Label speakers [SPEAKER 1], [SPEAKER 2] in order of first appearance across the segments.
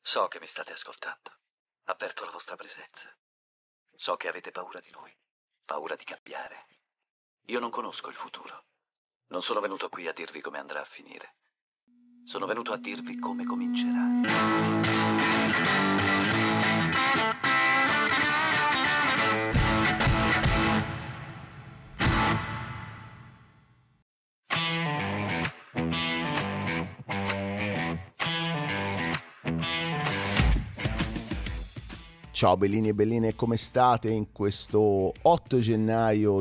[SPEAKER 1] So che mi state ascoltando. Avverto la vostra presenza. So che avete paura di lui, paura di cambiare. Io non conosco il futuro. Non sono venuto qui a dirvi come andrà a finire. Sono venuto a dirvi come comincerà.
[SPEAKER 2] Ciao bellini e belline, come state in questo 8 gennaio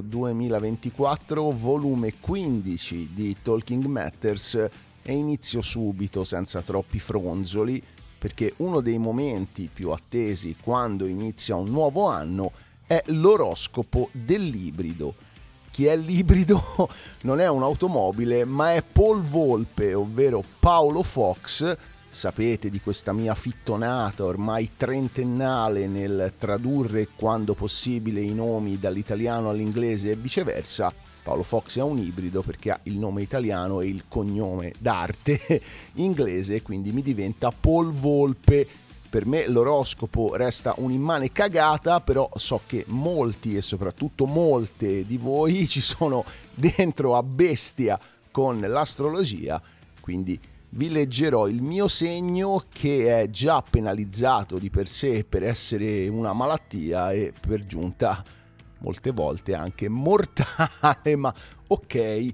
[SPEAKER 2] 2024, volume 15 di Talking Matters, e inizio subito senza troppi fronzoli, perché uno dei momenti più attesi quando inizia un nuovo anno è l'oroscopo dell'ibrido. Chi è l'ibrido non è un'automobile, ma è Paul Volpe, ovvero Paolo Fox. Sapete di questa mia fittonata ormai trentennale nel tradurre quando possibile i nomi dall'italiano all'inglese e viceversa. Paolo Fox è un ibrido perché ha il nome italiano e il cognome d'arte inglese, quindi mi diventa Paul Volpe. Per me l'oroscopo resta un'immane cagata, però so che molti e soprattutto molte di voi ci sono dentro a bestia con l'astrologia, quindi vi leggerò il mio segno, che è già penalizzato di per sé per essere una malattia e per giunta molte volte anche mortale, ma ok.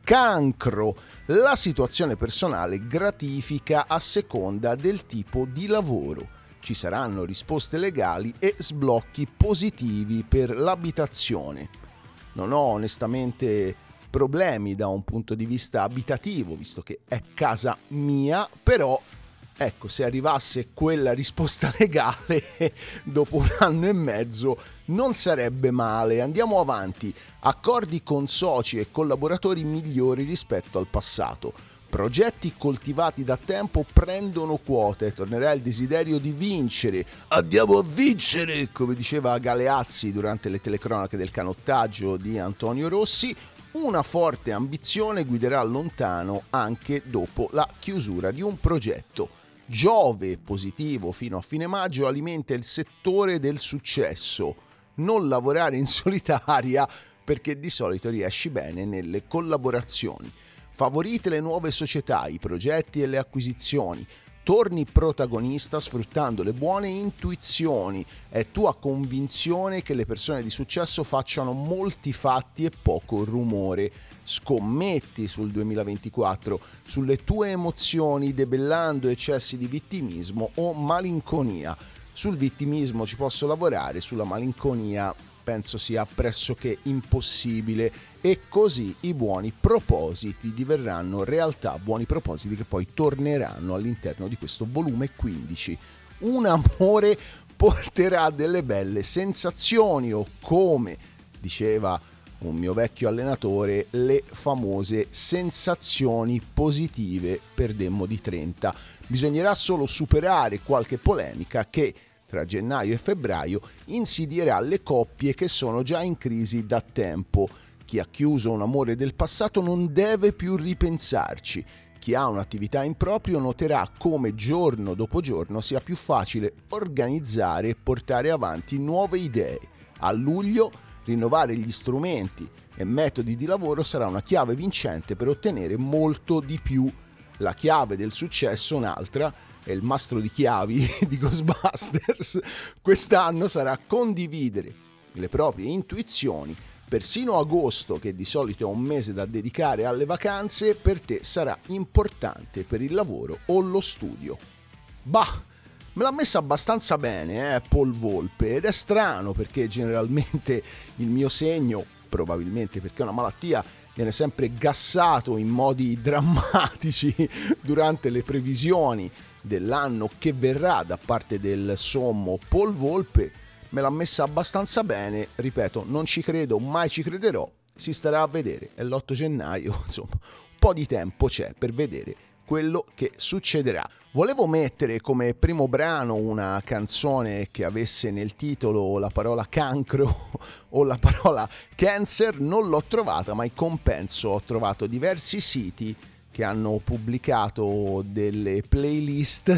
[SPEAKER 2] Cancro. La situazione personale gratifica a seconda del tipo di lavoro. Ci saranno risposte legali e sblocchi positivi per l'abitazione. Non ho onestamente problemi da un punto di vista abitativo, visto che è casa mia, però ecco, se arrivasse quella risposta legale dopo un anno e mezzo non sarebbe male. Andiamo avanti. Accordi con soci e collaboratori migliori rispetto al passato. Progetti coltivati da tempo prendono quota e tornerà il desiderio di vincere. Andiamo a vincere, come diceva Galeazzi durante le telecronache del canottaggio di Antonio Rossi. Una forte ambizione guiderà lontano anche dopo la chiusura di un progetto. Giove, positivo fino a fine maggio, alimenta il settore del successo. Non lavorare in solitaria, perché di solito riesci bene nelle collaborazioni. Favorite le nuove società, i progetti e le acquisizioni. Torni protagonista sfruttando le buone intuizioni. È tua convinzione che le persone di successo facciano molti fatti e poco rumore. Scommetti sul 2024, sulle tue emozioni, debellando eccessi di vittimismo o malinconia. Sul vittimismo ci posso lavorare, sulla malinconia penso sia pressoché impossibile, e così i buoni propositi diverranno realtà, buoni propositi che poi torneranno all'interno di questo volume 15. Un amore porterà delle belle sensazioni, o come diceva un mio vecchio allenatore, le famose sensazioni positive per Demmo di 30. Bisognerà solo superare qualche polemica che tra gennaio e febbraio insidierà le coppie che sono già in crisi da tempo. Chi ha chiuso un amore del passato non deve più ripensarci. Chi ha un'attività in proprio noterà come giorno dopo giorno sia più facile organizzare e portare avanti nuove idee. A luglio rinnovare gli strumenti e metodi di lavoro sarà una chiave vincente per ottenere molto di più. La chiave del successo, un'altra, è il mastro di chiavi di Ghostbusters. Quest'anno sarà condividere le proprie intuizioni. Persino agosto, che di solito è un mese da dedicare alle vacanze, per te sarà importante per il lavoro o lo studio. Bah, me l'ha messa abbastanza bene, Paul Volpe, ed è strano perché generalmente il mio segno, probabilmente perché è una malattia, viene sempre gassato in modi drammatici durante le previsioni dell'anno che verrà da parte del sommo Paul Volpe. Me l'ha messa abbastanza bene, ripeto, non ci credo, mai ci crederò, si starà a vedere, è l'8 gennaio, insomma, un po' di tempo c'è per vedere quello che succederà. Volevo mettere come primo brano una canzone che avesse nel titolo la parola cancro o la parola cancer, non l'ho trovata, ma in compenso ho trovato diversi siti che hanno pubblicato delle playlist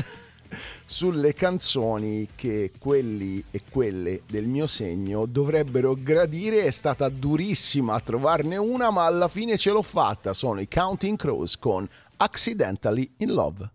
[SPEAKER 2] sulle canzoni che quelli e quelle del mio segno dovrebbero gradire. È stata durissima a trovarne una, ma alla fine ce l'ho fatta. Sono i Counting Crows con Accidentally in Love.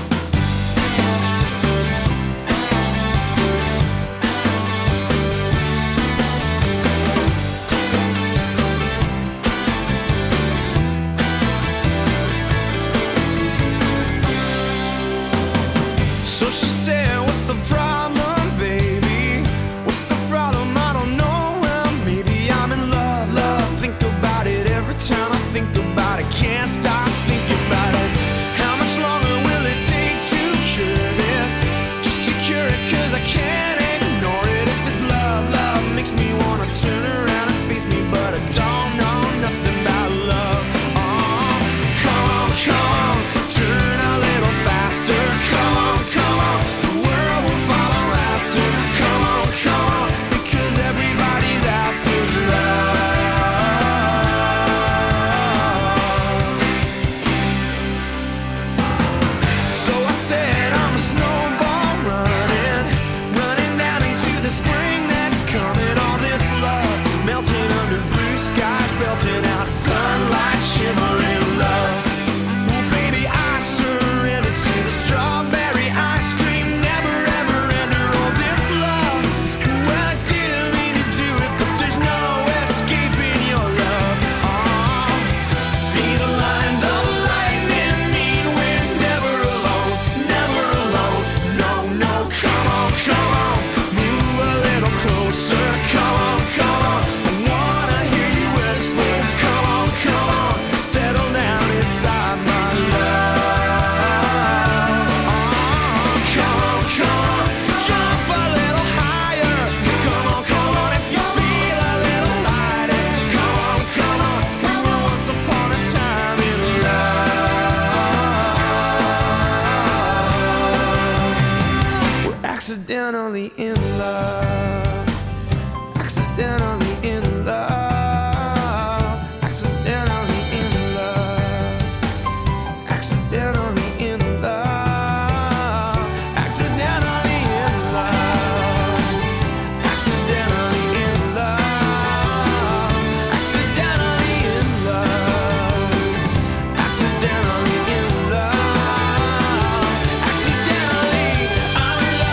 [SPEAKER 3] Can't stop thinking about it. How much longer will it take to cure this? Just to cure it, cause I can't ignore it. If it's love, love makes me wanna turn around and face me, but I don't know nothing about love. Oh, come on, turn a little faster. Come on, the world will follow after. Come on, because everybody's after love. Accidentally in love. Accidentally in love. Accidentally in love. Accidentally in love. Accidentally in love. Accidentally in love. Accidentally in love. Accidentally in love. Accidentally I'm in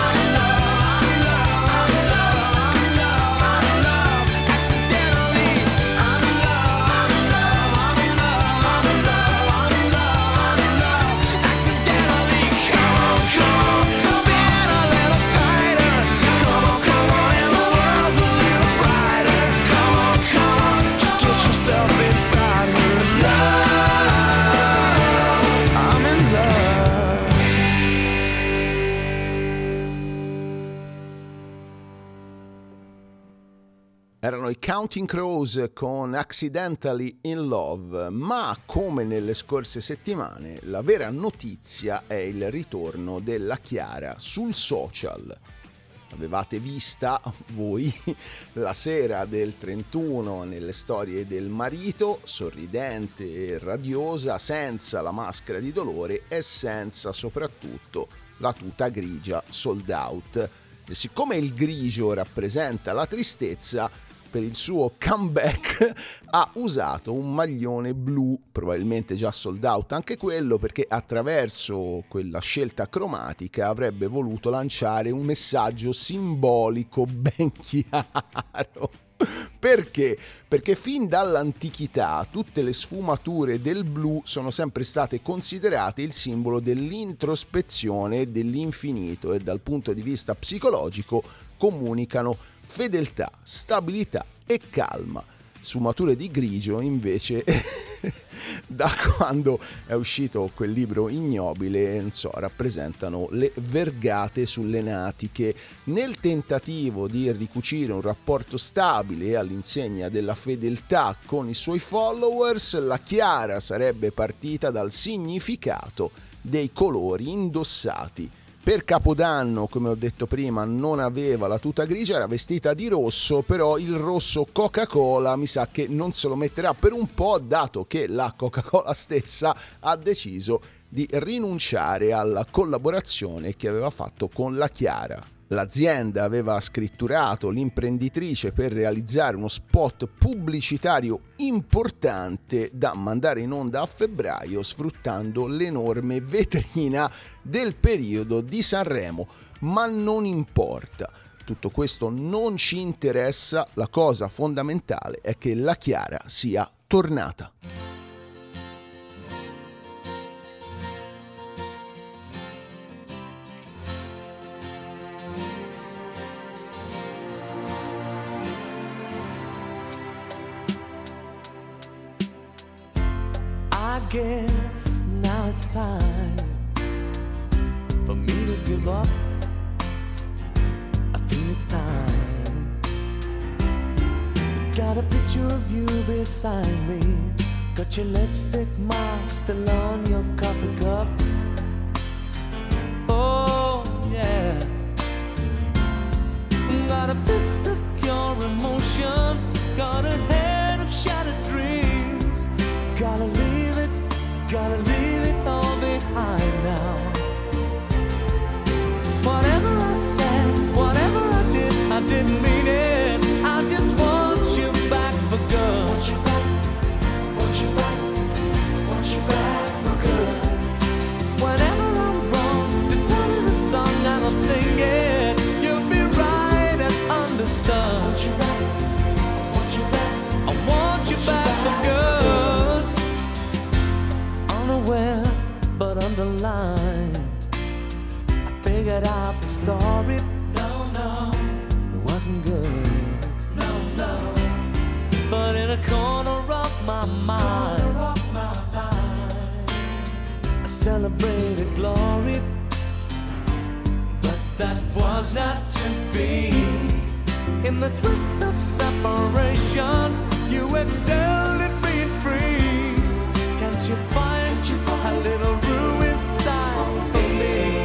[SPEAKER 2] Erano i Counting Crows con Accidentally in Love, ma come nelle scorse settimane la vera notizia è il ritorno della Chiara sul social. Avevate vista voi la sera del 31 nelle storie del marito, sorridente e radiosa, senza la maschera di dolore e senza soprattutto la tuta grigia sold out. E siccome il grigio rappresenta la tristezza, per il suo comeback ha usato un maglione blu, probabilmente già sold out anche quello, perché attraverso quella scelta cromatica avrebbe voluto lanciare un messaggio simbolico ben chiaro. Perché? Perché fin dall'antichità tutte le sfumature del blu sono sempre state considerate il simbolo dell'introspezione e dell'infinito, e dal punto di vista psicologico comunicano fedeltà, stabilità e calma. Sfumature di grigio invece da quando è uscito quel libro ignobile, non so, rappresentano le vergate sulle natiche. Nel tentativo di ricucire un rapporto stabile all'insegna della fedeltà con i suoi followers, la Chiara sarebbe partita dal significato dei colori indossati Per Capodanno, come ho detto prima, non aveva la tuta grigia, era vestita di rosso, però il rosso Coca-Cola mi sa che non se lo metterà per un po', dato che la Coca-Cola stessa ha deciso di rinunciare alla collaborazione che aveva fatto con la Chiara. L'azienda aveva scritturato l'imprenditrice per realizzare uno spot pubblicitario importante da mandare in onda a febbraio, sfruttando l'enorme vetrina del periodo di Sanremo. Ma non importa, tutto questo non ci interessa, la cosa fondamentale è che la Chiara sia tornata.
[SPEAKER 3] I guess now it's time for me to give up. I feel it's time. Got a picture of you beside me. Got your lipstick mark still on your coffee cup. Oh yeah. Got a fist of pure emotion. Got a head of shattered dreams. Gotta leave it all behind now. Whatever I said, whatever I didn't mean it. I just want you back for good. Want you back, want you back, want you back for good. Whenever I'm wrong, just tell me the song and I'll sing it. You'll be right and understood. Want you back, want you back, I want you back for good. Unaware but underlined, I figured out the story. No, it wasn't good. No, but in a corner of my mind, I celebrated glory. But that was not to be. In the twist of separation, you excelled at being free. Can't you find a little room inside for me?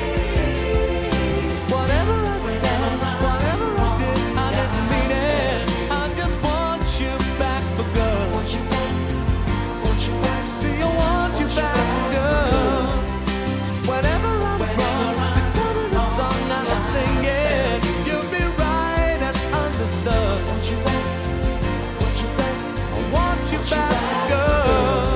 [SPEAKER 3] Whatever I said, whatever I did, I didn't mean it. I just want you back for good. Want you back, see, I want you back for good. Whenever I'm wrong, just tell me the song and I'll sing it. You'll be right and understood. Want you back, I want you back for good.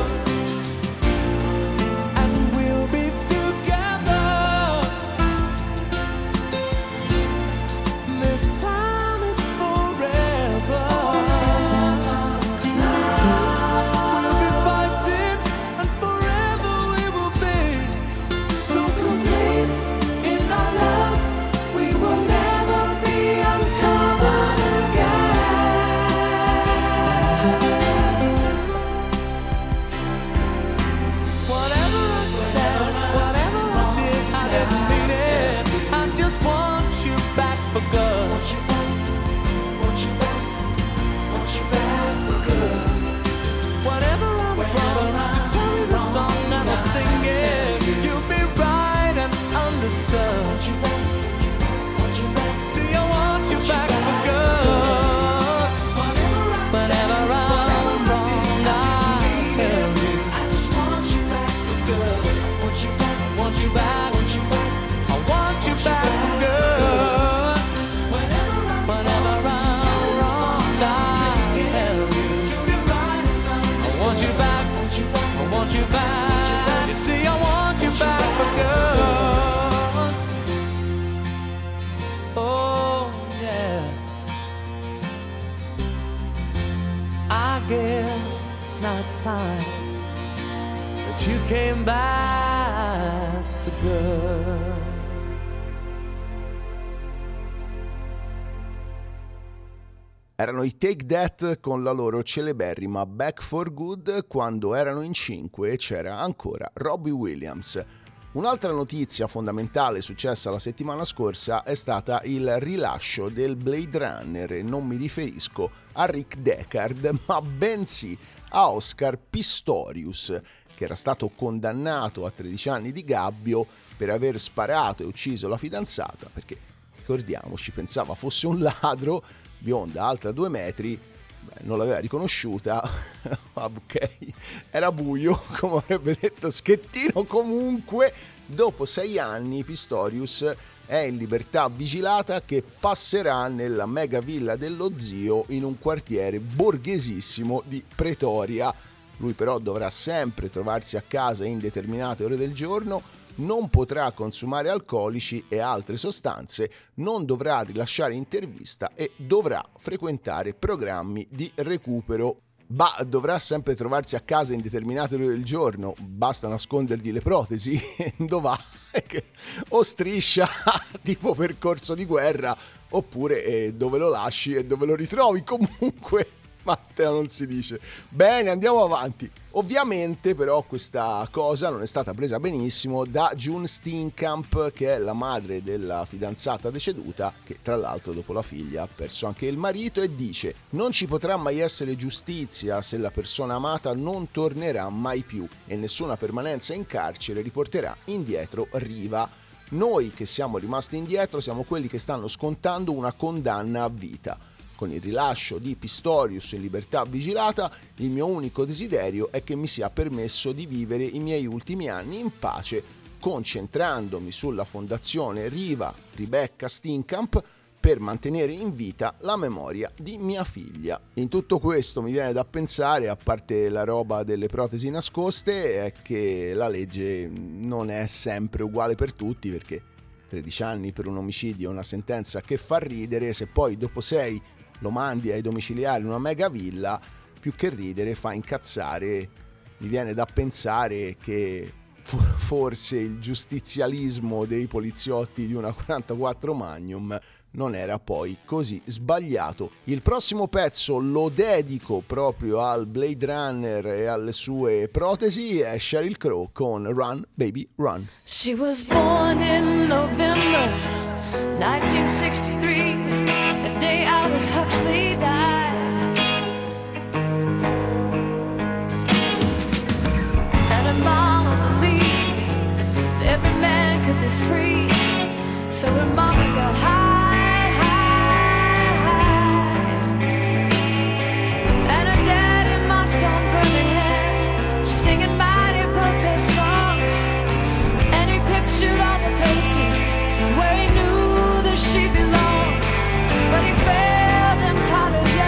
[SPEAKER 3] Time that you came back for good.
[SPEAKER 2] Erano i Take That con la loro celeberrima Back for Good, quando erano in 5 e c'era ancora Robbie Williams. Un'altra notizia fondamentale successa la settimana scorsa è stata il rilascio del Blade Runner, e non mi riferisco a Rick Deckard, ma bensì a Oscar Pistorius, che era stato condannato a 13 anni di gabbio per aver sparato e ucciso la fidanzata, perché ricordiamoci, pensava fosse un ladro, bionda, alta 2 metri, non l'aveva riconosciuta, ok, era buio, come avrebbe detto Schettino. Comunque, dopo 6 anni Pistorius è in libertà vigilata, che passerà nella mega villa dello zio in un quartiere borghesissimo di Pretoria. Lui però dovrà sempre trovarsi a casa in determinate ore del giorno, non potrà consumare alcolici e altre sostanze, non dovrà rilasciare intervista e dovrà frequentare programmi di recupero. Dovrà sempre trovarsi a casa in determinate ore del giorno, basta nascondergli le protesi, dov'ha? O striscia tipo percorso di guerra, oppure dove lo lasci e dove lo ritrovi. Comunque Matteo non si dice. Bene, andiamo avanti. Ovviamente però questa cosa non è stata presa benissimo da June Steenkamp, che è la madre della fidanzata deceduta, che tra l'altro dopo la figlia ha perso anche il marito, e dice: non ci potrà mai essere giustizia se la persona amata non tornerà mai più, e nessuna permanenza in carcere riporterà indietro Riva. Noi che siamo rimasti indietro siamo quelli che stanno scontando una condanna a vita. Con il rilascio di Pistorius in libertà vigilata, il mio unico desiderio è che mi sia permesso di vivere i miei ultimi anni in pace, concentrandomi sulla fondazione Riva Rebecca Steenkamp per mantenere in vita la memoria di mia figlia. In tutto questo mi viene da pensare, a parte la roba delle protesi nascoste, è che la legge non è sempre uguale per tutti, perché 13 anni per un omicidio è una sentenza che fa ridere, se poi dopo 6 lo mandi ai domiciliari in una mega villa, più che ridere fa incazzare. Mi viene da pensare che forse il giustizialismo dei poliziotti di una 44 Magnum non era poi così sbagliato. Il prossimo pezzo lo dedico proprio al Blade Runner e alle sue protesi, è Sheryl Crow con Run Baby Run.
[SPEAKER 4] She was born in November 1963, the day Aldous Huxley died. And her mama believed every man could be free, so her mama got high, high, high. And her daddy marched on Birmingham, singing mighty protest songs, and he pictured all the places where he knew that she belonged, but he failed entirely.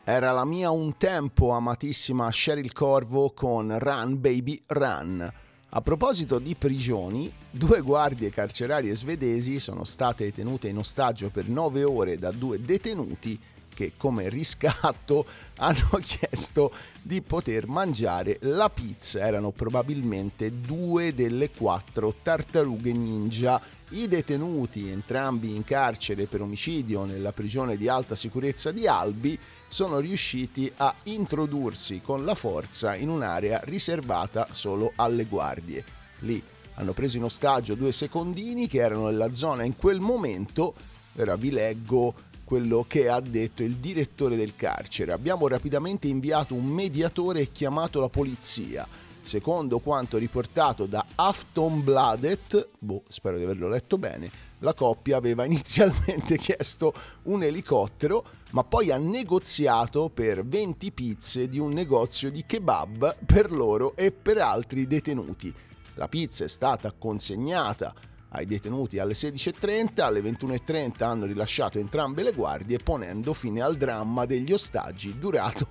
[SPEAKER 2] Era la mia un tempo amatissima Cheryl Corvo con Run Baby Run. A proposito di prigioni, 2 guardie carcerarie svedesi sono state tenute in ostaggio per 9 ore da 2 detenuti che come riscatto hanno chiesto di poter mangiare la pizza. Erano probabilmente 2 delle 4 tartarughe ninja. I detenuti, entrambi in carcere per omicidio nella prigione di alta sicurezza di Albi, sono riusciti a introdursi con la forza in un'area riservata solo alle guardie. Lì hanno preso in ostaggio 2 secondini che erano nella zona in quel momento. Ora vi leggo quello che ha detto il direttore del carcere. Abbiamo rapidamente inviato un mediatore e chiamato la polizia. Secondo quanto riportato da Aftonbladet, spero di averlo letto bene, la coppia aveva inizialmente chiesto un elicottero, ma poi ha negoziato per 20 pizze di un negozio di kebab per loro e per altri detenuti. La pizza è stata consegnata ai detenuti alle 16:30, alle 21:30 hanno rilasciato entrambe le guardie, ponendo fine al dramma degli ostaggi durato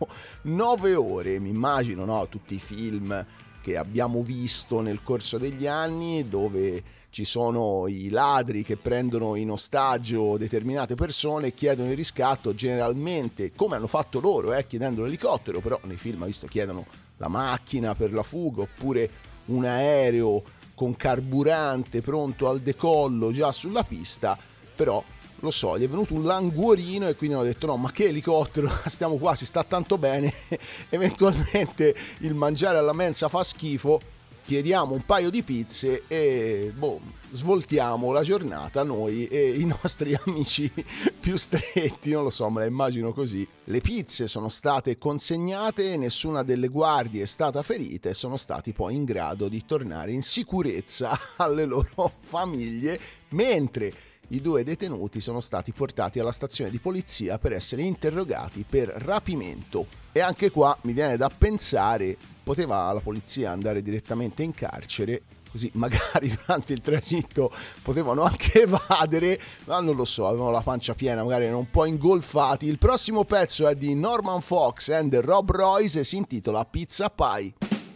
[SPEAKER 2] 9 ore. Mi immagino, no, tutti i film che abbiamo visto nel corso degli anni dove ci sono i ladri che prendono in ostaggio determinate persone e chiedono il riscatto, generalmente come hanno fatto loro, chiedendo l'elicottero, però nei film, visto, chiedono la macchina per la fuga oppure un aereo con carburante pronto al decollo già sulla pista. Però lo so, gli è venuto un languorino e quindi hanno detto no, ma che elicottero, stiamo qua, si sta tanto bene, eventualmente il mangiare alla mensa fa schifo, chiediamo un paio di pizze e svoltiamo la giornata noi e i nostri amici più stretti, non lo so, me la immagino così. Le pizze sono state consegnate, nessuna delle guardie è stata ferita e sono stati poi in grado di tornare in sicurezza alle loro famiglie, mentre i 2 detenuti sono stati portati alla stazione di polizia per essere interrogati per rapimento. E anche qua mi viene da pensare, poteva la polizia andare direttamente in carcere, così magari durante il tragitto potevano anche evadere, ma non lo so, avevano la pancia piena, magari erano un po' ingolfati. Il prossimo pezzo è di Norman Fox and Rob Royce e si intitola Pizza Pie.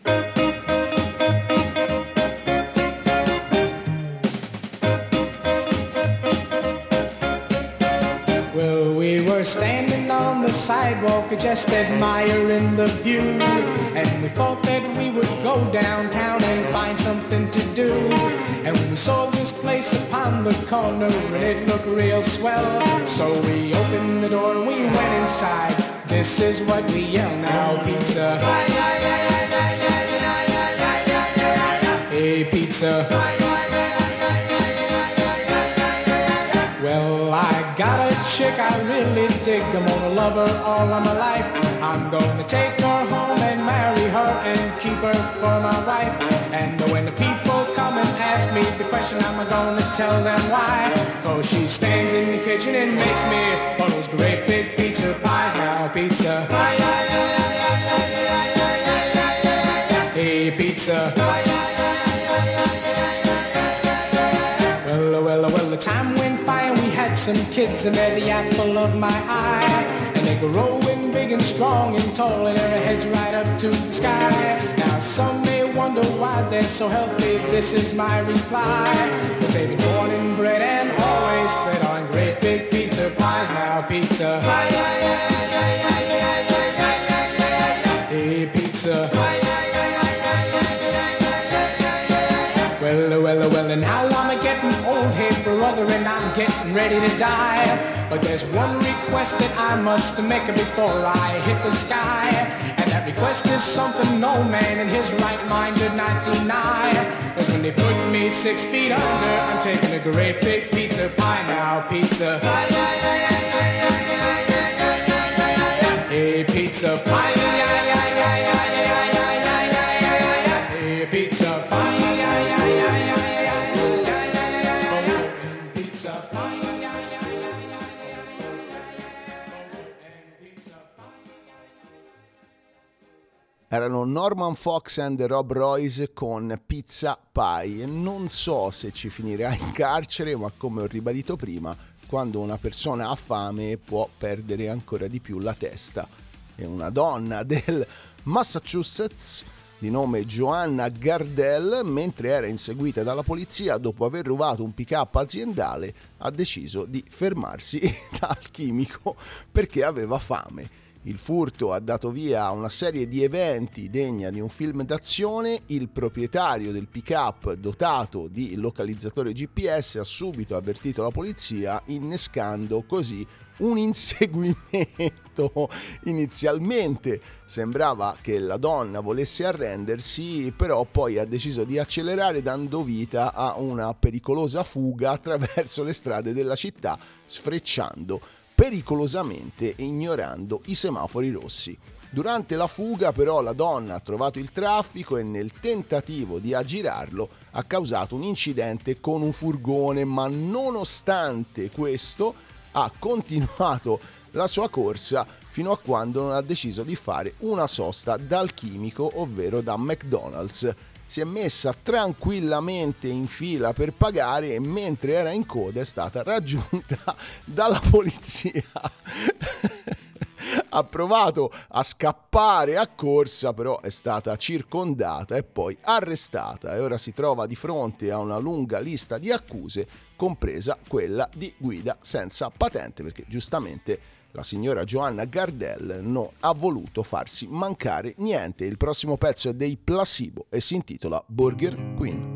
[SPEAKER 3] We were standing on the sidewalk just admiring the view, and we thought that we would go downtown and find something to do, and we saw this place upon the corner and it looked real swell, so we opened the door and we went inside. This is what we yell now: pizza, hey pizza. Well, I got a chick I really dig, I'm gonna love her all of my life. I'm gonna take her home and marry her and keep her for my wife. And when the people come and ask me the question, I'm gonna tell them why. Cause she stands in the kitchen and makes me all those great big pizza pies. Now pizza, hey pizza. Well, the time went by and we had some kids, and they're the apple of my eye. And they're growing big and strong and tall, and their heads right up to the sky. Now some may wonder why they're so healthy, this is my reply. Cause they've been born and bred and always fed on great big pizza pies. Now pizza, hey pizza. Well, and how I'm getting old, hey brother, and I'm getting ready to die. But there's one request that I must make before I hit the sky. And that request is something no man in his right mind did not deny. Cause when they put me 6 feet under, I'm taking a great big pizza pie. Now pizza, hey pizza pie, hey pizza pie.
[SPEAKER 2] Erano Norman Fox and Rob Royce con Pizza Pie. Non so se ci finirà in carcere, ma come ho ribadito prima, quando una persona ha fame può perdere ancora di più la testa. e una donna del Massachusetts di nome Joanna Gardell, mentre era inseguita dalla polizia dopo aver rubato un pick-up aziendale, ha deciso di fermarsi dal chimico perché aveva fame. Il furto ha dato via a una serie di eventi degna di un film d'azione. Il proprietario del pick-up, dotato di localizzatore GPS, ha subito avvertito la polizia, innescando così un inseguimento. Inizialmente sembrava che la donna volesse arrendersi, però poi ha deciso di accelerare, dando vita a una pericolosa fuga attraverso le strade della città, sfrecciando pericolosamente e ignorando i semafori rossi. Durante la fuga però la donna ha trovato il traffico e nel tentativo di aggirarlo ha causato un incidente con un furgone, ma nonostante questo ha continuato la sua corsa fino a quando non ha deciso di fare una sosta dal chimico, ovvero da McDonald's. Si è messa tranquillamente in fila per pagare e mentre era in coda è stata raggiunta dalla polizia. Ha provato a scappare a corsa, però è stata circondata e poi arrestata e ora si trova di fronte a una lunga lista di accuse, compresa quella di guida senza patente, perché giustamente la signora Joanna Gardell non ha voluto farsi mancare niente. Il prossimo pezzo è dei Placebo e si intitola Burger Queen.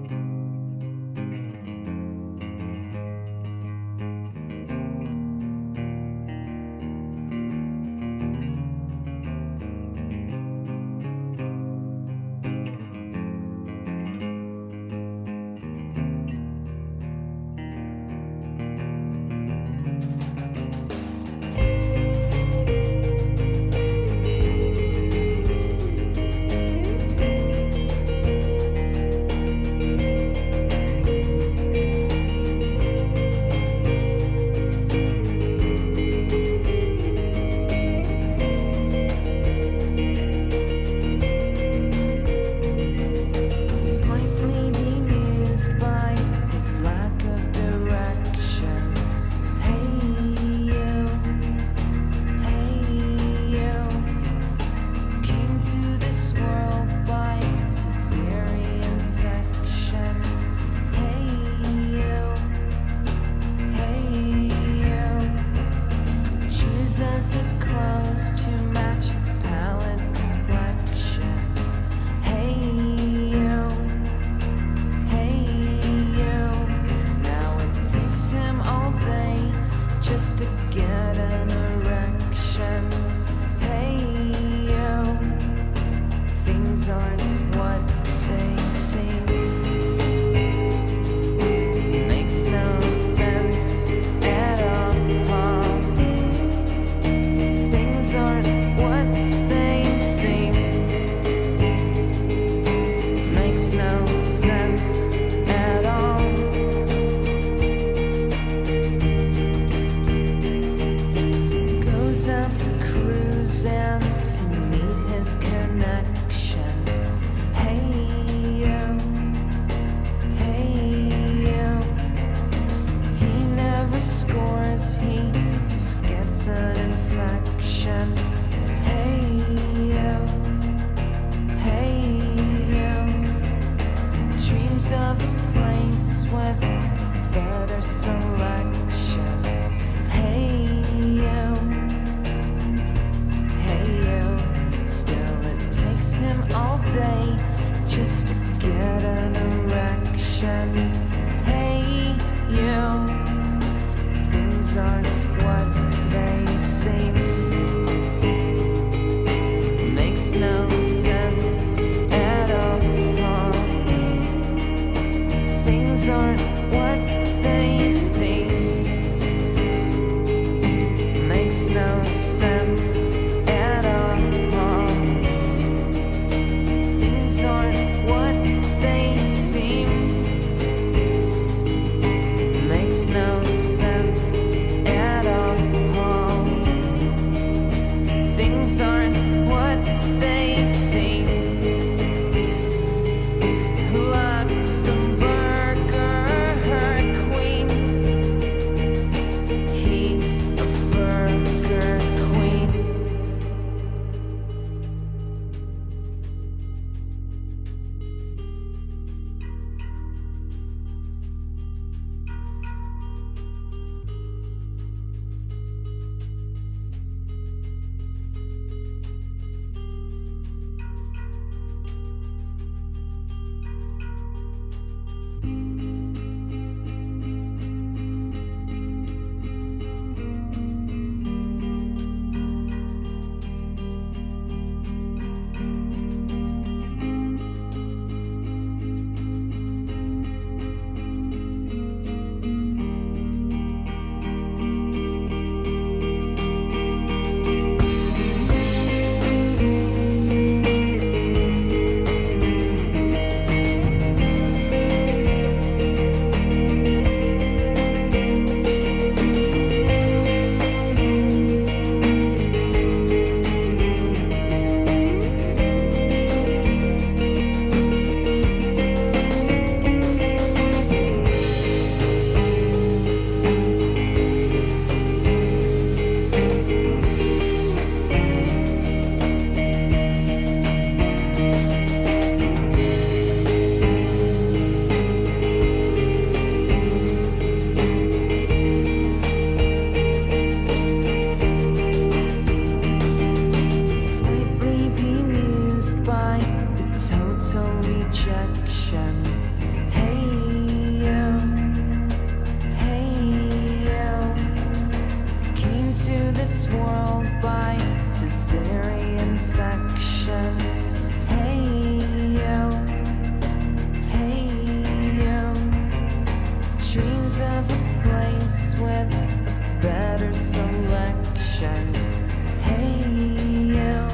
[SPEAKER 5] perfection. Hey you,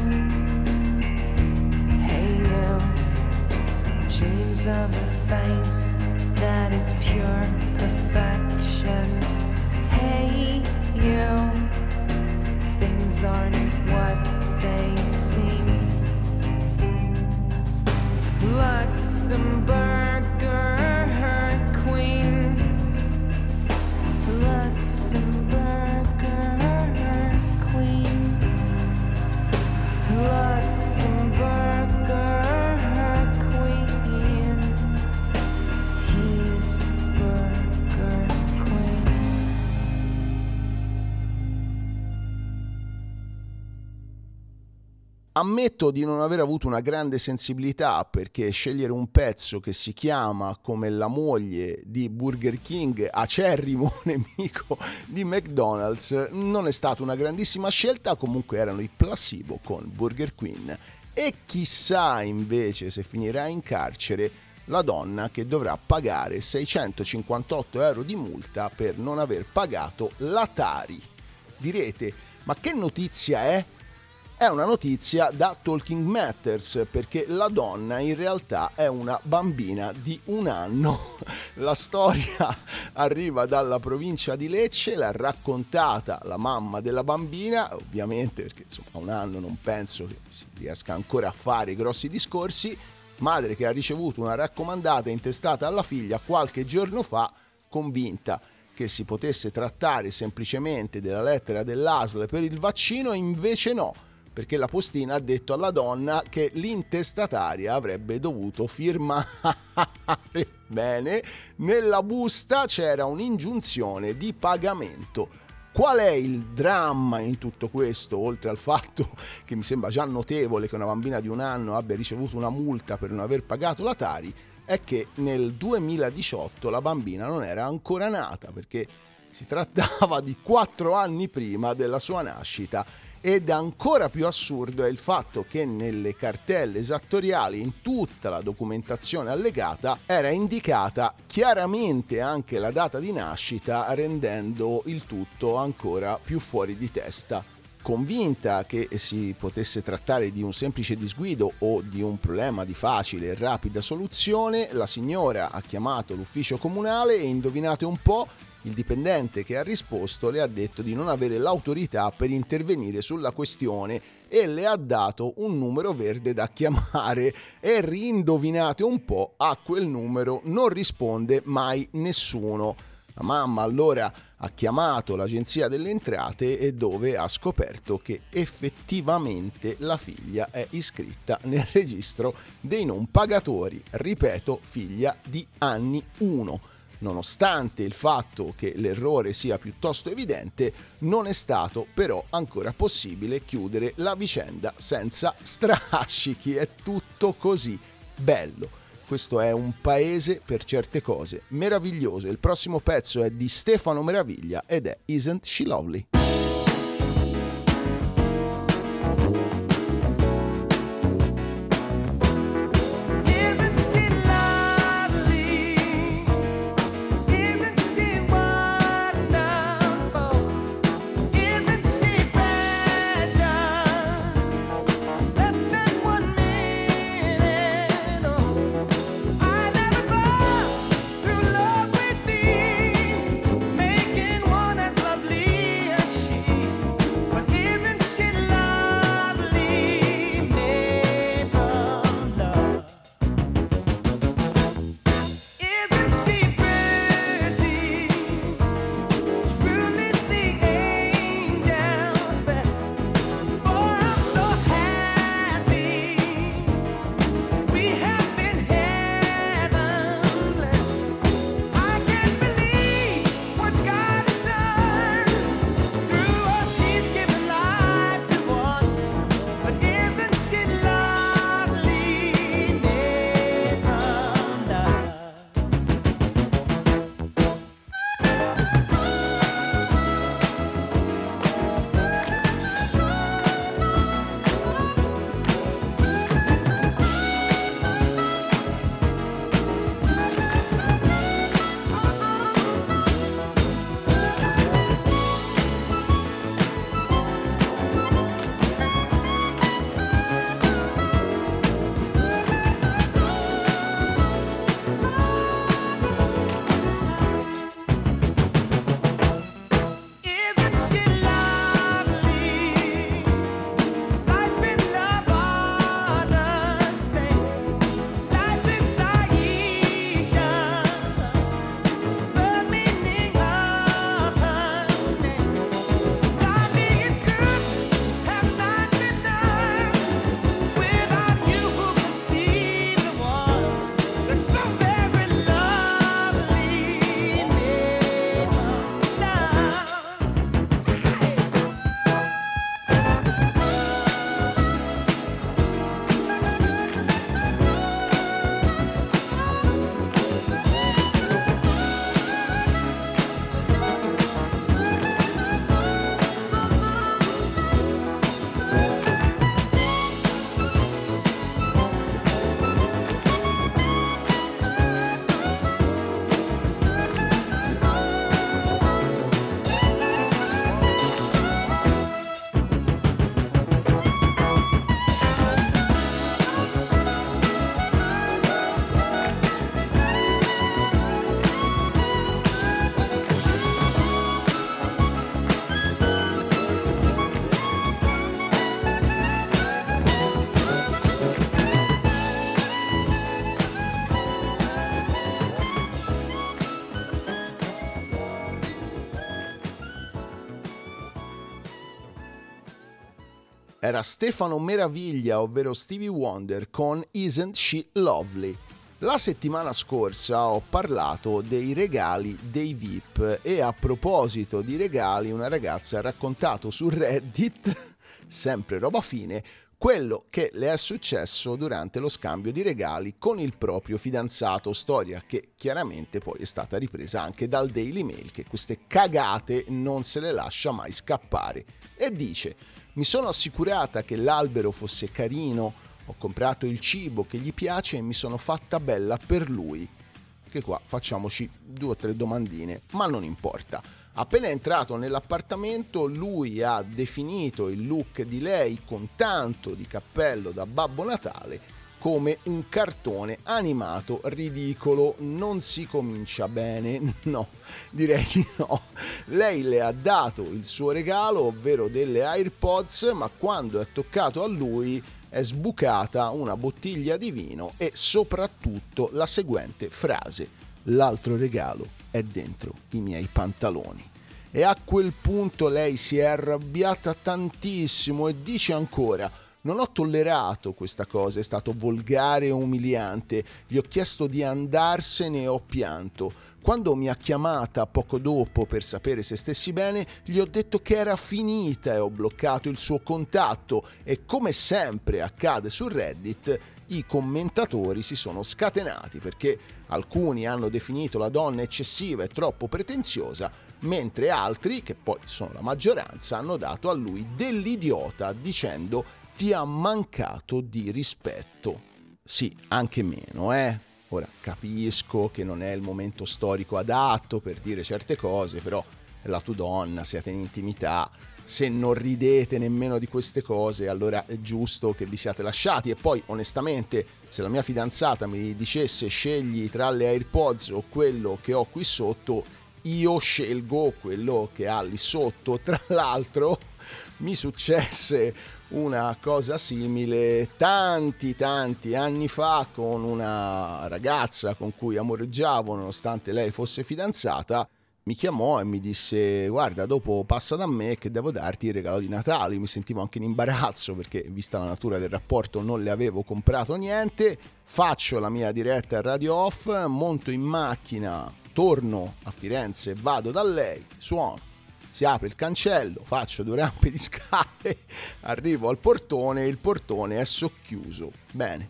[SPEAKER 5] dreams of a face that is pure perfection. Hey you, things aren't what they seem. Luxembourger queen, Luxembourger queen, Luxembourger queen, he's Burger Queen.
[SPEAKER 2] Ammetto di non aver avuto una grande sensibilità, perché scegliere un pezzo che si chiama come la moglie di Burger King, acerrimo nemico di McDonald's, non è stata una grandissima scelta. Comunque erano i Placebo con Burger Queen, e chissà invece se finirà in carcere la donna che dovrà pagare 658 euro di multa per non aver pagato la Tari. Direte, ma che notizia è? È una notizia da Talking Matters, perché la donna in realtà è una bambina di 1 anno. La storia arriva dalla provincia di Lecce, l'ha raccontata la mamma della bambina, ovviamente perché insomma a 1 anno non penso che si riesca ancora a fare grossi discorsi. Madre che ha ricevuto una raccomandata intestata alla figlia qualche giorno fa, convinta che si potesse trattare semplicemente della lettera dell'ASL per il vaccino, invece no, perché la postina ha detto alla donna che l'intestataria avrebbe dovuto firmare. Bene, nella busta c'era un'ingiunzione di pagamento. Qual è il dramma in tutto questo, oltre al fatto che mi sembra già notevole che una bambina di 1 anno abbia ricevuto una multa per non aver pagato la Tari, è che nel 2018 la bambina non era ancora nata, perché si trattava di 4 anni prima della sua nascita. Ed ancora più assurdo è il fatto che nelle cartelle esattoriali, in tutta la documentazione allegata, era indicata chiaramente anche la data di nascita, rendendo il tutto ancora più fuori di testa. Convinta che si potesse trattare di un semplice disguido o di un problema di facile e rapida soluzione, la signora ha chiamato l'ufficio comunale e, indovinate un po', il dipendente che ha risposto le ha detto di non avere l'autorità per intervenire sulla questione e le ha dato un numero verde da chiamare, e rindovinate un po', a quel numero non risponde mai nessuno. La mamma allora ha chiamato l'agenzia delle entrate, e dove ha scoperto che effettivamente la figlia è iscritta nel registro dei non pagatori, ripeto, figlia di anni 1. Nonostante il fatto che l'errore sia piuttosto evidente, non è stato però ancora possibile chiudere la vicenda senza strascichi. È tutto così bello. Questo è un paese per certe cose meraviglioso. Il prossimo pezzo è di Stefano Meraviglia ed è Isn't She Lovely?
[SPEAKER 3] Making one as lovely as
[SPEAKER 2] era Stefano Meraviglia, ovvero Stevie Wonder, con Isn't She Lovely. La settimana scorsa ho parlato dei regali dei VIP e a proposito di regali una ragazza ha raccontato su Reddit, sempre roba fine, quello che le è successo durante lo scambio di regali con il proprio fidanzato, storia che chiaramente poi è stata ripresa anche dal Daily Mail, che queste cagate non se le lascia mai scappare. E dice: mi sono assicurata che l'albero fosse carino, ho comprato il cibo che gli piace e mi sono fatta bella per lui. Che qua facciamoci 2 o 3 domandine, ma non importa. Appena entrato nell'appartamento, lui ha definito il look di lei con tanto di cappello da Babbo Natale come un cartone animato ridicolo. Non si comincia bene, no, direi di no. Lei le ha dato il suo regalo, ovvero delle AirPods, ma quando è toccato a lui è sbucata una bottiglia di vino e soprattutto la seguente frase: l'altro regalo è dentro i miei pantaloni. E a quel punto lei si è arrabbiata tantissimo e dice ancora: non ho tollerato questa cosa, è stato volgare e umiliante, gli ho chiesto di andarsene e ho pianto. Quando mi ha chiamata poco dopo per sapere se stessi bene, gli ho detto che era finita e ho bloccato il suo contatto, e come sempre accade su Reddit, i commentatori si sono scatenati perché alcuni hanno definito la donna eccessiva e troppo pretenziosa, mentre altri, che poi sono la maggioranza, hanno dato a lui dell'idiota dicendo: ti ha mancato di rispetto. Sì, anche meno, Ora capisco che non è il momento storico adatto per dire certe cose, però è la tua donna, siete in intimità, se non ridete nemmeno di queste cose allora è giusto che vi siate lasciati. E poi onestamente, se la mia fidanzata mi dicesse scegli tra le AirPods o quello che ho qui sotto, io scelgo quello che ha lì sotto. Tra l'altro mi successe una cosa simile tanti anni fa con una ragazza con cui amoreggiavo nonostante lei fosse fidanzata. Mi chiamò e mi disse: guarda, dopo passa da me che devo darti il regalo di Natale. Io mi sentivo anche in imbarazzo perché, vista la natura del rapporto, non le avevo comprato niente. Faccio la mia diretta a Radio Off, monto in macchina, torno a Firenze, vado da lei, suono, si apre il cancello, faccio 2 rampe di scale, arrivo al portone, il portone è socchiuso. Bene,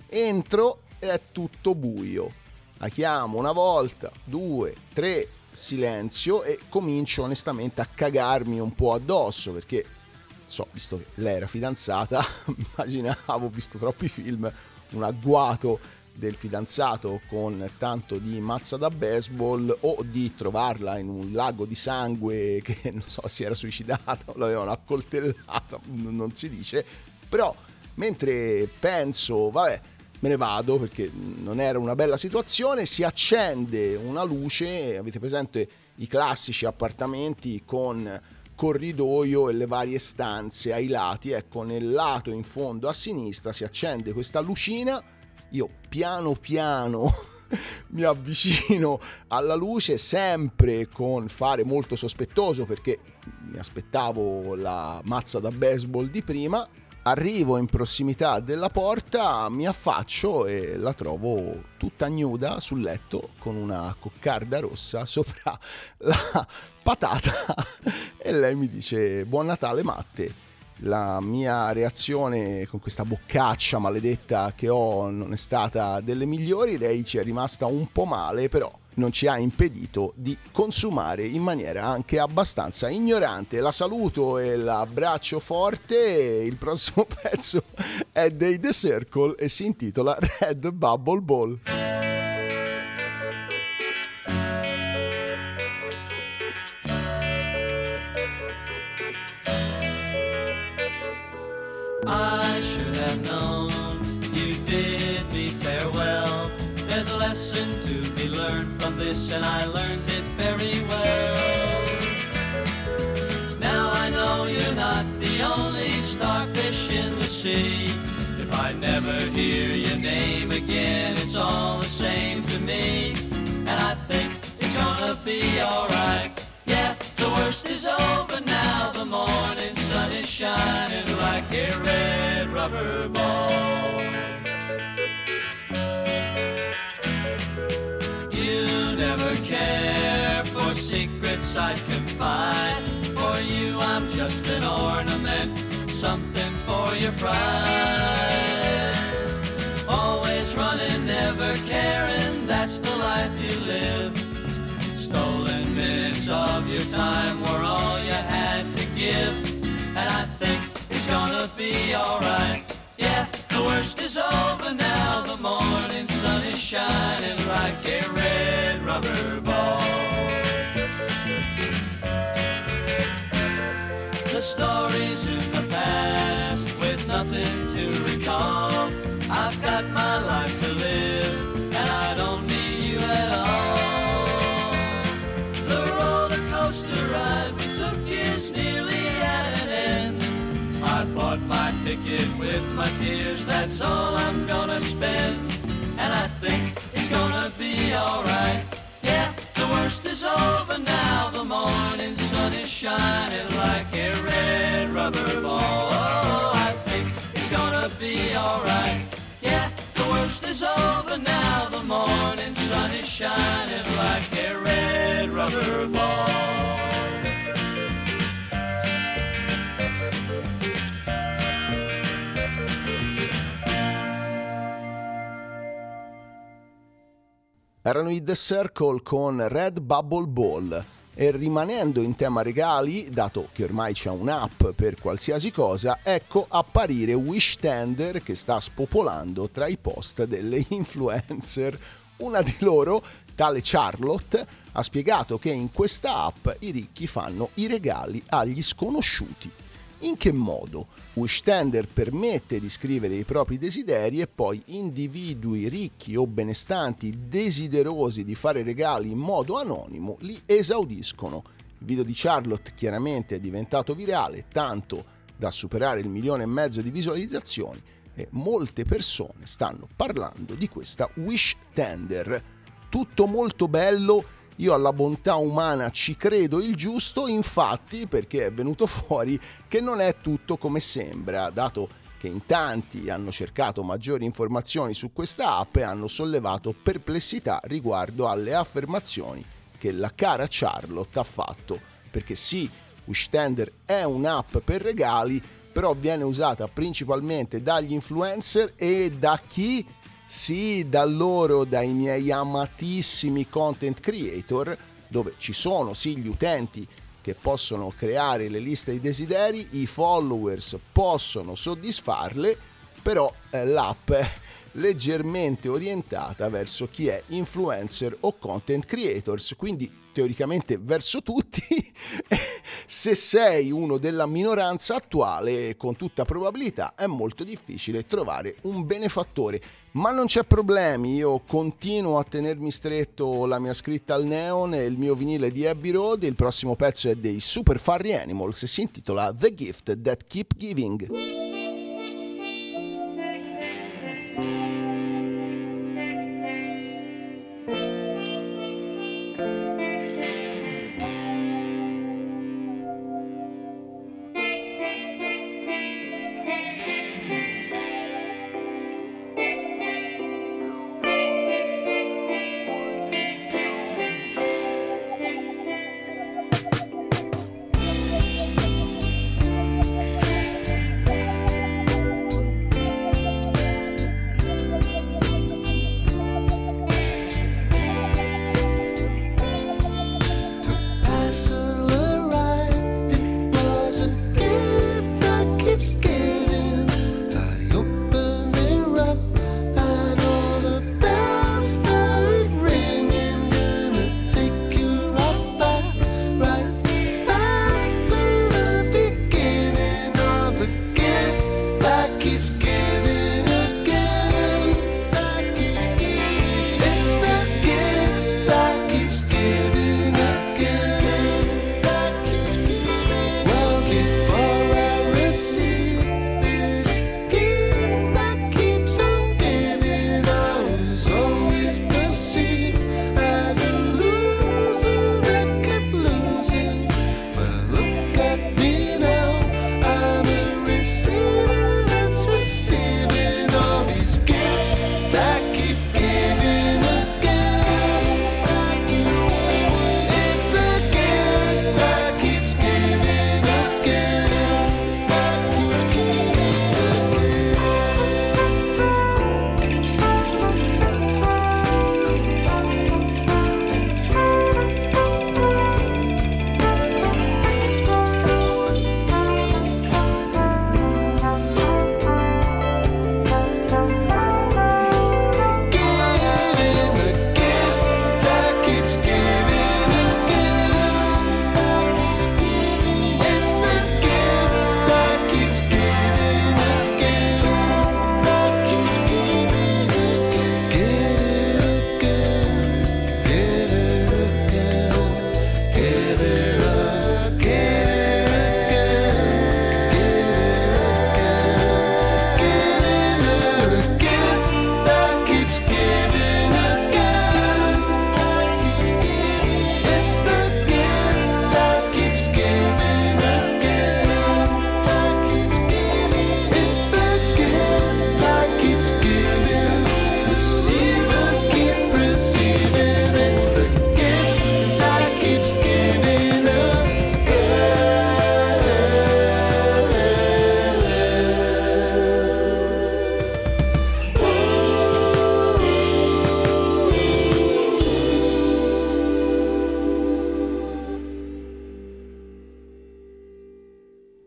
[SPEAKER 2] entro e è tutto buio. La chiamo una volta, 2, 3, silenzio, e comincio onestamente a cagarmi un po' addosso perché, visto che lei era fidanzata, immaginavo, visto troppi film, un agguato del fidanzato con tanto di mazza da baseball, o di trovarla in un lago di sangue che non so, si era suicidata o l'avevano accoltellata, non si dice. Però mentre penso vabbè, me ne vado perché non era una bella situazione, si accende una luce. Avete presente i classici appartamenti con corridoio e le varie stanze ai lati? Ecco, nel lato in fondo a sinistra si accende questa lucina. Io piano mi avvicino alla luce, sempre con fare molto sospettoso perché mi aspettavo la mazza da baseball di prima. Arrivo in prossimità della porta, mi affaccio e la trovo tutta nuda sul letto con una coccarda rossa sopra la patata e lei mi dice: buon Natale Matte. La mia reazione con questa boccaccia maledetta che ho non è stata delle migliori. Lei ci è rimasta un po' male, però non ci ha impedito di consumare in maniera anche abbastanza ignorante. La saluto e l'abbraccio forte. Il prossimo pezzo è dei The Circle e si intitola Red Bubble Ball.
[SPEAKER 6] I should have known you bid me farewell. There's a lesson to be learned from this, and I learned it very well. Now I know you're not the only starfish in the sea. If I never hear your name again, it's all the same to me. And I think it's gonna be alright. Yeah, the worst is over now, the morning sun is shining. shining like a red rubber ball. You never care for secrets I'd confide. For you I'm just an ornament, something for your pride. Always running, never caring, that's the life you live. Stolen minutes of your time were all you had to give. And I think it's gonna be alright. Yeah, the worst is over now. The morning sun is shining like a red rubber ball. The stories in the past with nothing to recall. I've got my life to live and I don't need you at all. The roller coaster ride we took is nearly at an end. I bought my ticket with my tears, that's all I'm gonna spend. And I think it's gonna be alright. Yeah, the worst is over now. The morning sun is shining like a red rubber ball. Oh, I think it's gonna be alright. Yeah, the worst is over now. The morning sun is shining like a red rubber ball.
[SPEAKER 2] Erano i The Circle con Red Bubble Ball e rimanendo in tema regali, dato che ormai c'è un'app per qualsiasi cosa, ecco apparire Wishtender che sta spopolando tra i post delle influencer. Una di loro, tale Charlotte, ha spiegato che in questa app i ricchi fanno i regali agli sconosciuti. In che modo? Wishtender permette di scrivere i propri desideri e poi individui ricchi o benestanti desiderosi di fare regali in modo anonimo li esaudiscono. Il video di Charlotte chiaramente è diventato virale, tanto da superare il 1,5 milioni di visualizzazioni e molte persone stanno parlando di questa Wishtender. Tutto molto bello. Io alla bontà umana ci credo il giusto, infatti, perché è venuto fuori che non è tutto come sembra, dato che in tanti hanno cercato maggiori informazioni su questa app e hanno sollevato perplessità riguardo alle affermazioni che la cara Charlotte ha fatto. Perché sì, Wishtender è un'app per regali, però viene usata principalmente dagli influencer e da chi? Sì, da loro, dai miei amatissimi content creator, dove ci sono sì gli utenti che possono creare le liste dei desideri, i followers possono soddisfarle, però l'app è leggermente orientata verso chi è influencer o content creators, quindi teoricamente verso tutti. Se sei uno della minoranza attuale, con tutta probabilità è molto difficile trovare un benefattore, ma non c'è problemi, io continuo a tenermi stretto la mia scritta al neon e il mio vinile di Abbey Road. Il prossimo pezzo è dei Super Furry Animals e si intitola The Gift That Keep Giving.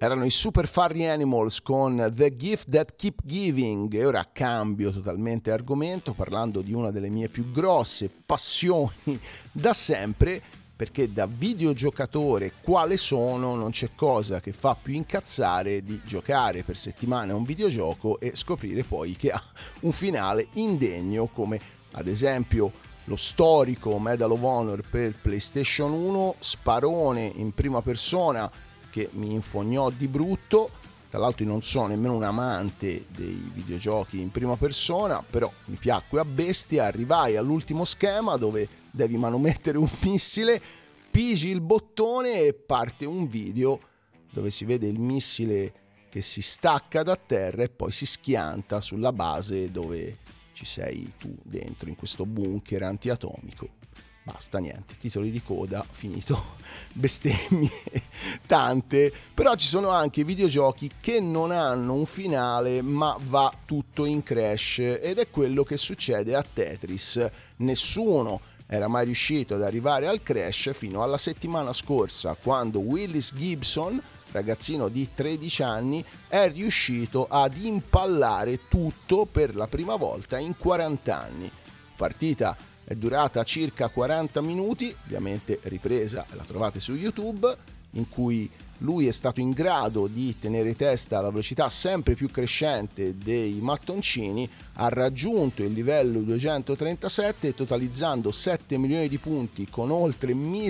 [SPEAKER 2] Erano i Super Furry Animals con The Gift That Keep Giving, e ora cambio totalmente argomento parlando di una delle mie più grosse passioni da sempre, perché da videogiocatore quale sono non c'è cosa che fa più incazzare di giocare per settimane a un videogioco e scoprire poi che ha un finale indegno, come ad esempio lo storico Medal of Honor per PlayStation 1, sparone in prima persona che mi infognò di brutto. Tra l'altro io non sono nemmeno un amante dei videogiochi in prima persona, però mi piacque a bestia. Arrivai all'ultimo schema dove devi manomettere un missile, pigi il bottone e parte un video dove si vede il missile che si stacca da terra e poi si schianta sulla base dove ci sei tu dentro in questo bunker antiatomico. Basta, niente, titoli di coda, finito, bestemmie tante. Però ci sono anche videogiochi che non hanno un finale ma va tutto in crash, ed è quello che succede a Tetris. Nessuno era mai riuscito ad arrivare al crash fino alla settimana scorsa, quando Willis Gibson, ragazzino di 13 anni, è riuscito ad impallare tutto per la prima volta in 40 anni. Partita è durata circa 40 minuti, ovviamente ripresa, la trovate su YouTube, in cui lui è stato in grado di tenere testa alla velocità sempre più crescente dei mattoncini, ha raggiunto il livello 237 totalizzando 7 milioni di punti con oltre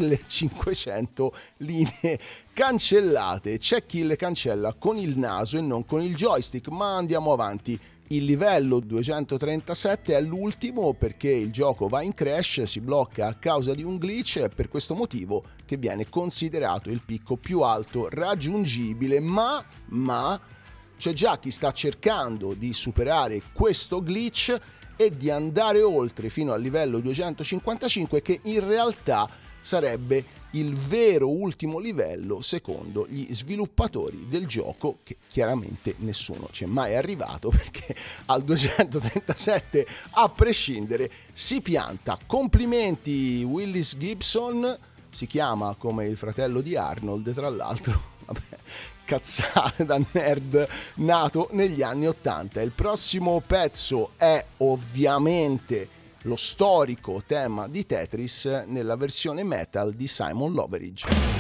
[SPEAKER 2] 1500 linee cancellate. C'è chi le cancella con il naso e non con il joystick, ma andiamo avanti. Il livello 237 è l'ultimo perché il gioco va in crash, si blocca a causa di un glitch, è per questo motivo che viene considerato il picco più alto raggiungibile, ma c'è già chi sta cercando di superare questo glitch e di andare oltre fino al livello 255, che in realtà sarebbe il vero ultimo livello secondo gli sviluppatori del gioco, che chiaramente nessuno ci è mai arrivato perché al 237 a prescindere si pianta. Complimenti Willis Gibson, si chiama come il fratello di Arnold, tra l'altro. Vabbè, cazzate da nerd nato negli anni 80. Il prossimo pezzo è ovviamente lo storico tema di Tetris nella versione metal di Simon Loveridge.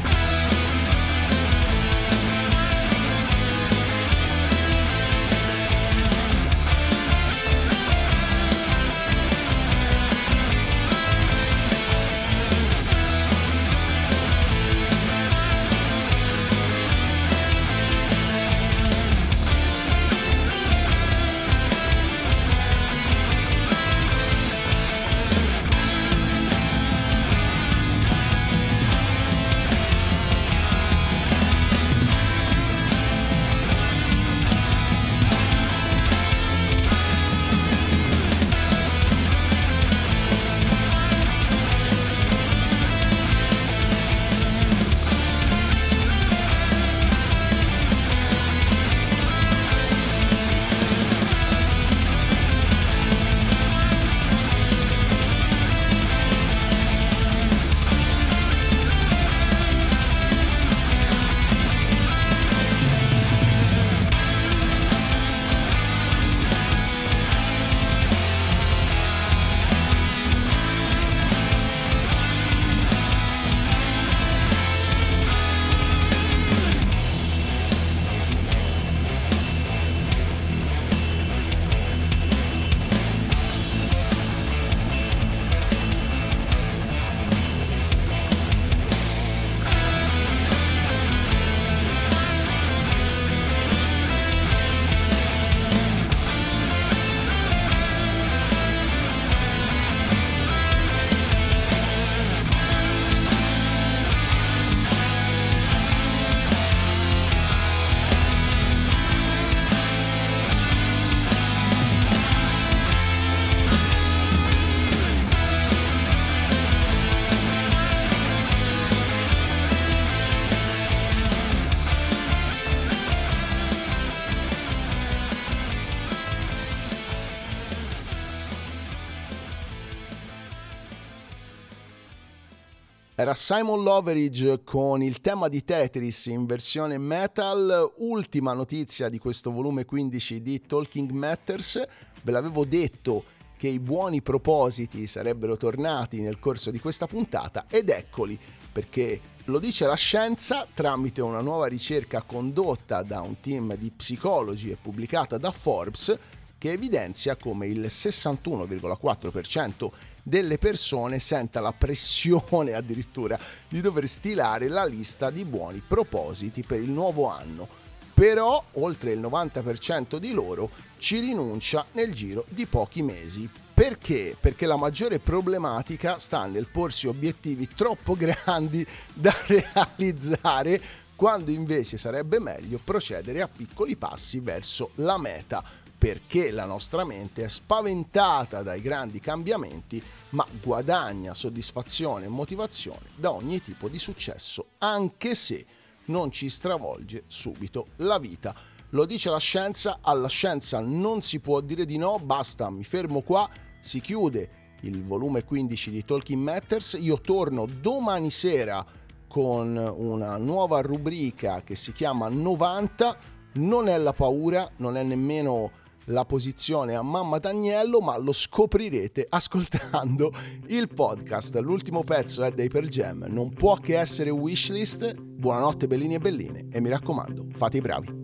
[SPEAKER 2] Era Simon Loveridge con il tema di Tetris in versione metal. Ultima notizia di questo volume 15 di Talking Matters. Ve l'avevo detto che i buoni propositi sarebbero tornati nel corso di questa puntata ed eccoli, perché lo dice la scienza tramite una nuova ricerca condotta da un team di psicologi e pubblicata da Forbes, che evidenzia come il 61,4% delle persone senta la pressione addirittura di dover stilare la lista di buoni propositi per il nuovo anno. Però oltre il 90% di loro ci rinuncia nel giro di pochi mesi. Perché? Perché la maggiore problematica sta nel porsi obiettivi troppo grandi da realizzare, quando invece sarebbe meglio procedere a piccoli passi verso la meta, perché la nostra mente è spaventata dai grandi cambiamenti, ma guadagna soddisfazione e motivazione da ogni tipo di successo, anche se non ci stravolge subito la vita. Lo dice la scienza, alla scienza non si può dire di no, basta, mi fermo qua, si chiude il volume 15 di Talking Matters. Io torno domani sera con una nuova rubrica che si chiama 90, non è la paura, non è nemmeno la posizione a mamma d'agnello, ma lo scoprirete ascoltando il podcast. L'ultimo pezzo è dei Pearl Jam, non può che essere Wishlist. Buonanotte bellini e belline e mi raccomando, fate i bravi.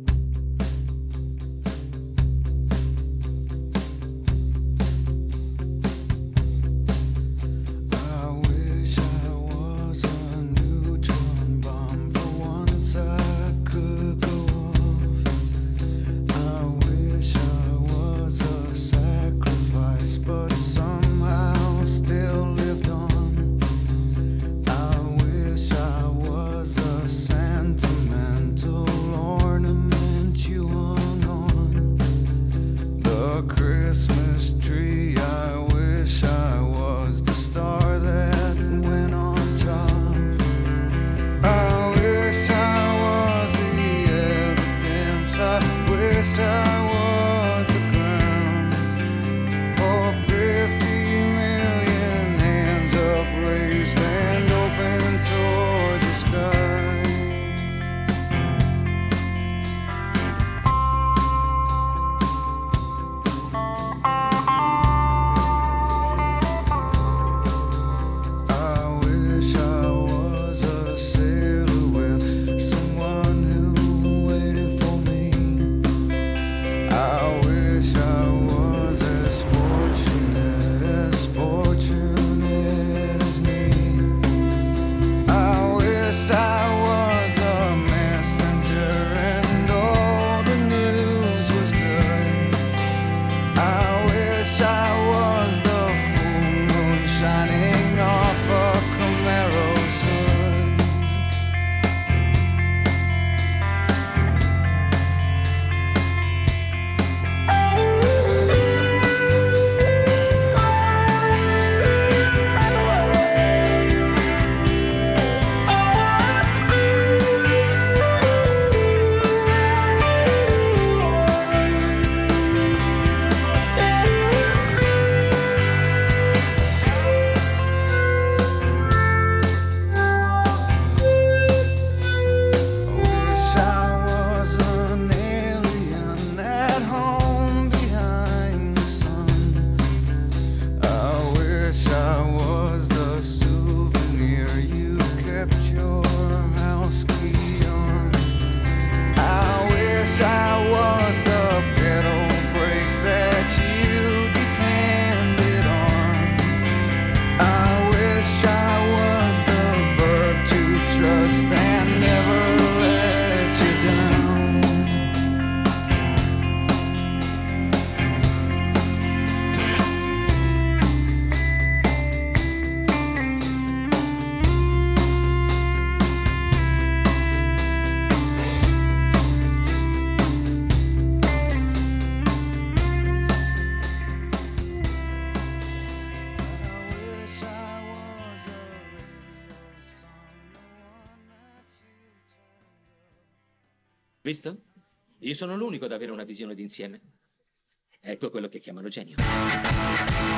[SPEAKER 7] Visto? Io sono l'unico ad avere una visione d'insieme. Ecco quello che chiamano genio.